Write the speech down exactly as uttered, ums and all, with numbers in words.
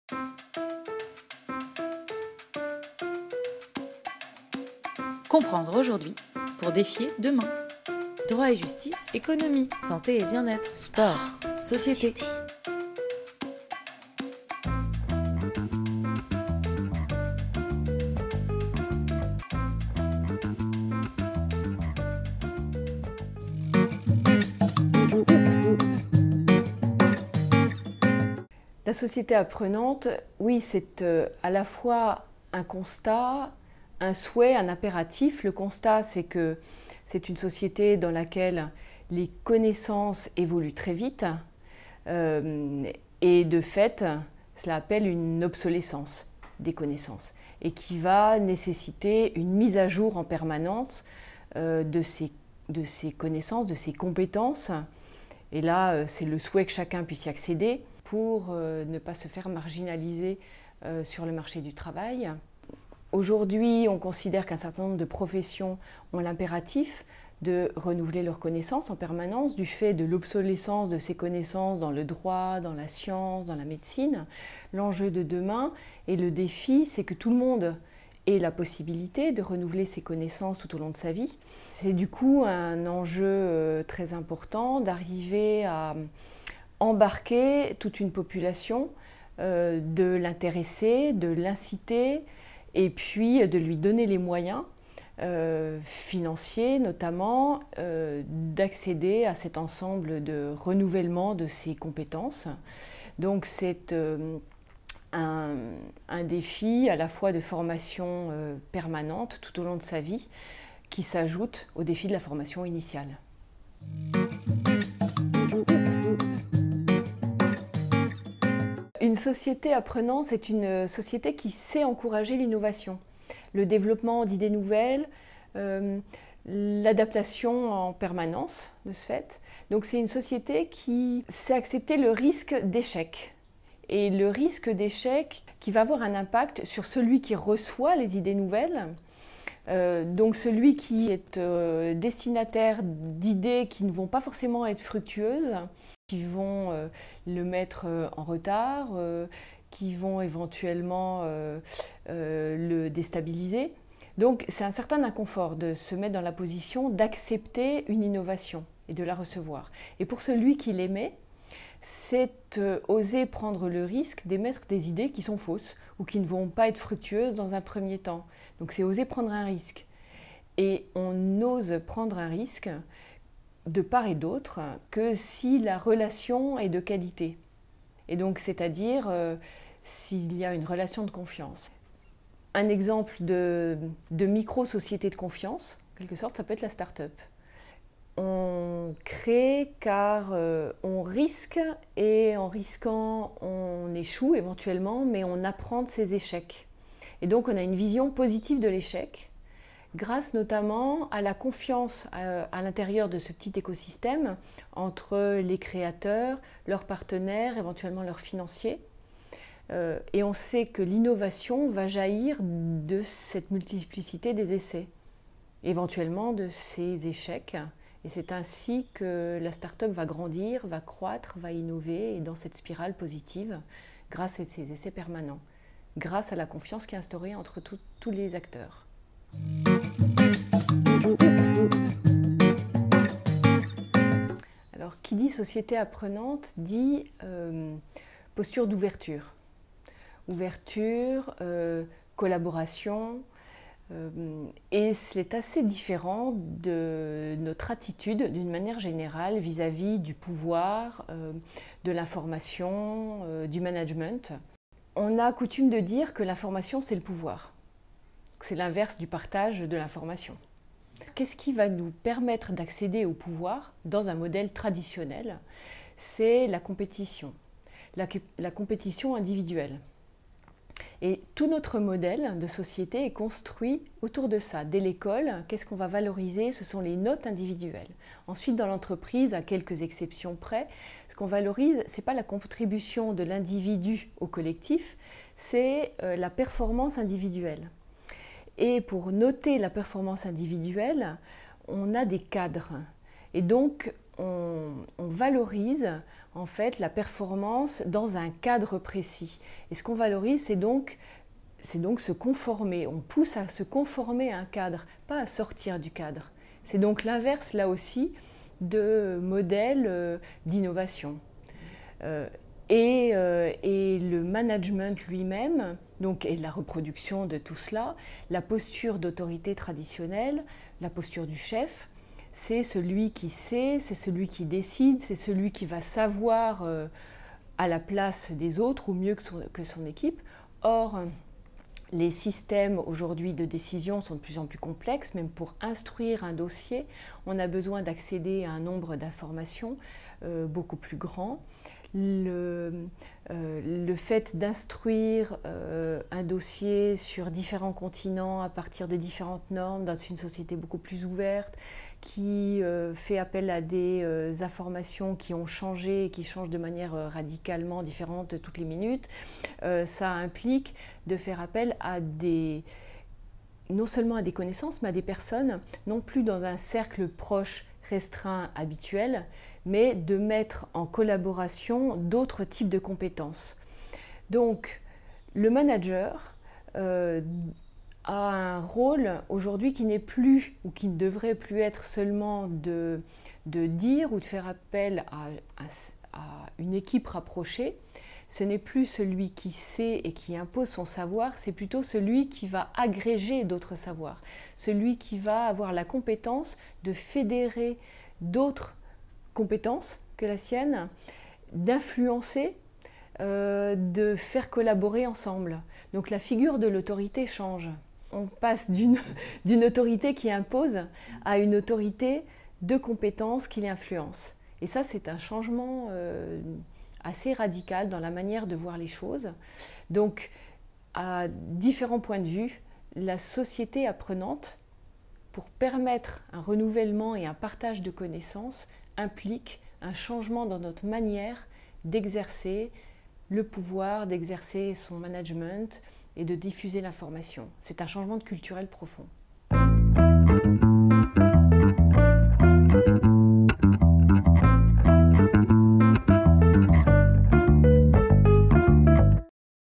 Comprendre aujourd'hui pour défier demain. Droit et justice, économie, santé et bien-être, sport, société. La société apprenante, oui, c'est à la fois un constat, un souhait, un impératif. Le constat, c'est que c'est une société dans laquelle les connaissances évoluent très vite euh, et de fait, cela appelle une obsolescence des connaissances et qui va nécessiter une mise à jour en permanence euh, de, ces, de ces connaissances, de ces compétences. Et là, c'est le souhait que chacun puisse y accéder pour euh, ne pas se faire marginaliser euh, sur le marché du travail. Aujourd'hui, on considère qu'un certain nombre de professions ont l'impératif de renouveler leurs connaissances en permanence du fait de l'obsolescence de ces connaissances dans le droit, dans la science, dans la médecine. L'enjeu de demain et le défi, c'est que tout le monde ait la possibilité de renouveler ses connaissances tout au long de sa vie. C'est du coup un enjeu très important d'arriver à embarquer toute une population, euh, de l'intéresser, de l'inciter et puis de lui donner les moyens euh, financiers notamment euh, d'accéder à cet ensemble de renouvellement de ses compétences. Donc c'est euh, un, un défi à la fois de formation euh, permanente tout au long de sa vie qui s'ajoute au défi de la formation initiale. Une société apprenante, c'est une société qui sait encourager l'innovation, le développement d'idées nouvelles, euh, l'adaptation en permanence de ce fait. Donc c'est une société qui sait accepter le risque d'échec. Et le risque d'échec qui va avoir un impact sur celui qui reçoit les idées nouvelles, euh, donc celui qui est euh, destinataire d'idées qui ne vont pas forcément être fructueuses, qui vont euh, le mettre euh, en retard, euh, qui vont éventuellement euh, euh, le déstabiliser. Donc c'est un certain inconfort de se mettre dans la position d'accepter une innovation et de la recevoir. Et pour celui qui l'émet, c'est euh, oser prendre le risque d'émettre des idées qui sont fausses ou qui ne vont pas être fructueuses dans un premier temps. Donc c'est oser prendre un risque. Et on ose prendre un risque de part et d'autre que si la relation est de qualité. Et donc, c'est-à-dire euh, s'il y a une relation de confiance. Un exemple de, de micro-société de confiance, en quelque sorte, ça peut être la start-up. On crée car euh, on risque et en risquant, on échoue éventuellement, mais on apprend de ses échecs. Et donc, on a une vision positive de l'échec, grâce notamment à la confiance à, à l'intérieur de ce petit écosystème entre les créateurs, leurs partenaires, éventuellement leurs financiers. Euh, et on sait que l'innovation va jaillir de cette multiplicité des essais, éventuellement de ces échecs. Et c'est ainsi que la start-up va grandir, va croître, va innover et dans cette spirale positive grâce à ces essais permanents, grâce à la confiance qui est instaurée entre tout, tous les acteurs. Alors, qui dit société apprenante dit euh, posture d'ouverture. Ouverture, euh, collaboration, euh, et c'est assez différent de notre attitude d'une manière générale vis-à-vis du pouvoir, euh, de l'information, euh, du management. On a coutume de dire que l'information, c'est le pouvoir. C'est l'inverse du partage de l'information. Qu'est-ce qui va nous permettre d'accéder au pouvoir dans un modèle traditionnel? C'est la compétition, la, la compétition individuelle. Et tout notre modèle de société est construit autour de ça. Dès l'école, qu'est-ce qu'on va valoriser? Ce sont les notes individuelles. Ensuite, dans l'entreprise, à quelques exceptions près, ce qu'on valorise, ce n'est pas la contribution de l'individu au collectif, c'est euh, la performance individuelle. Et pour noter la performance individuelle, on a des cadres. Et donc, on, on valorise en fait la performance dans un cadre précis. Et ce qu'on valorise, c'est donc, c'est donc se conformer. On pousse à se conformer à un cadre, pas à sortir du cadre. C'est donc l'inverse, là aussi, de modèles euh, d'innovation. Euh, et, euh, et le management lui-même, donc, et la reproduction de tout cela, la posture d'autorité traditionnelle, la posture du chef, c'est celui qui sait, c'est celui qui décide, c'est celui qui va savoir euh, à la place des autres ou mieux que son, que son équipe. Or, les systèmes aujourd'hui de décision sont de plus en plus complexes. Même pour instruire un dossier, on a besoin d'accéder à un nombre d'informations euh, beaucoup plus grand. Le, euh, le fait d'instruire euh, un dossier sur différents continents à partir de différentes normes dans une société beaucoup plus ouverte qui euh, fait appel à des euh, informations qui ont changé et qui changent de manière euh, radicalement différente toutes les minutes, euh, ça implique de faire appel à des, non seulement à des connaissances, mais à des personnes, non plus dans un cercle proche, restreint, habituel, mais de mettre en collaboration d'autres types de compétences. Donc, le manager euh, a un rôle aujourd'hui qui n'est plus, ou qui ne devrait plus être seulement de, de dire ou de faire appel à, à, à une équipe rapprochée. Ce n'est plus celui qui sait et qui impose son savoir, c'est plutôt celui qui va agréger d'autres savoirs, celui qui va avoir la compétence de fédérer d'autres compétences que la sienne, d'influencer, euh, de faire collaborer ensemble. Donc la figure de l'autorité change. On passe d'une d'une autorité qui impose à une autorité de compétences qui l'influence. Et ça, c'est un changement euh, assez radical dans la manière de voir les choses. Donc, à différents points de vue, la société apprenante, pour permettre un renouvellement et un partage de connaissances, implique un changement dans notre manière d'exercer le pouvoir, d'exercer son management et de diffuser l'information. C'est un changement culturel profond.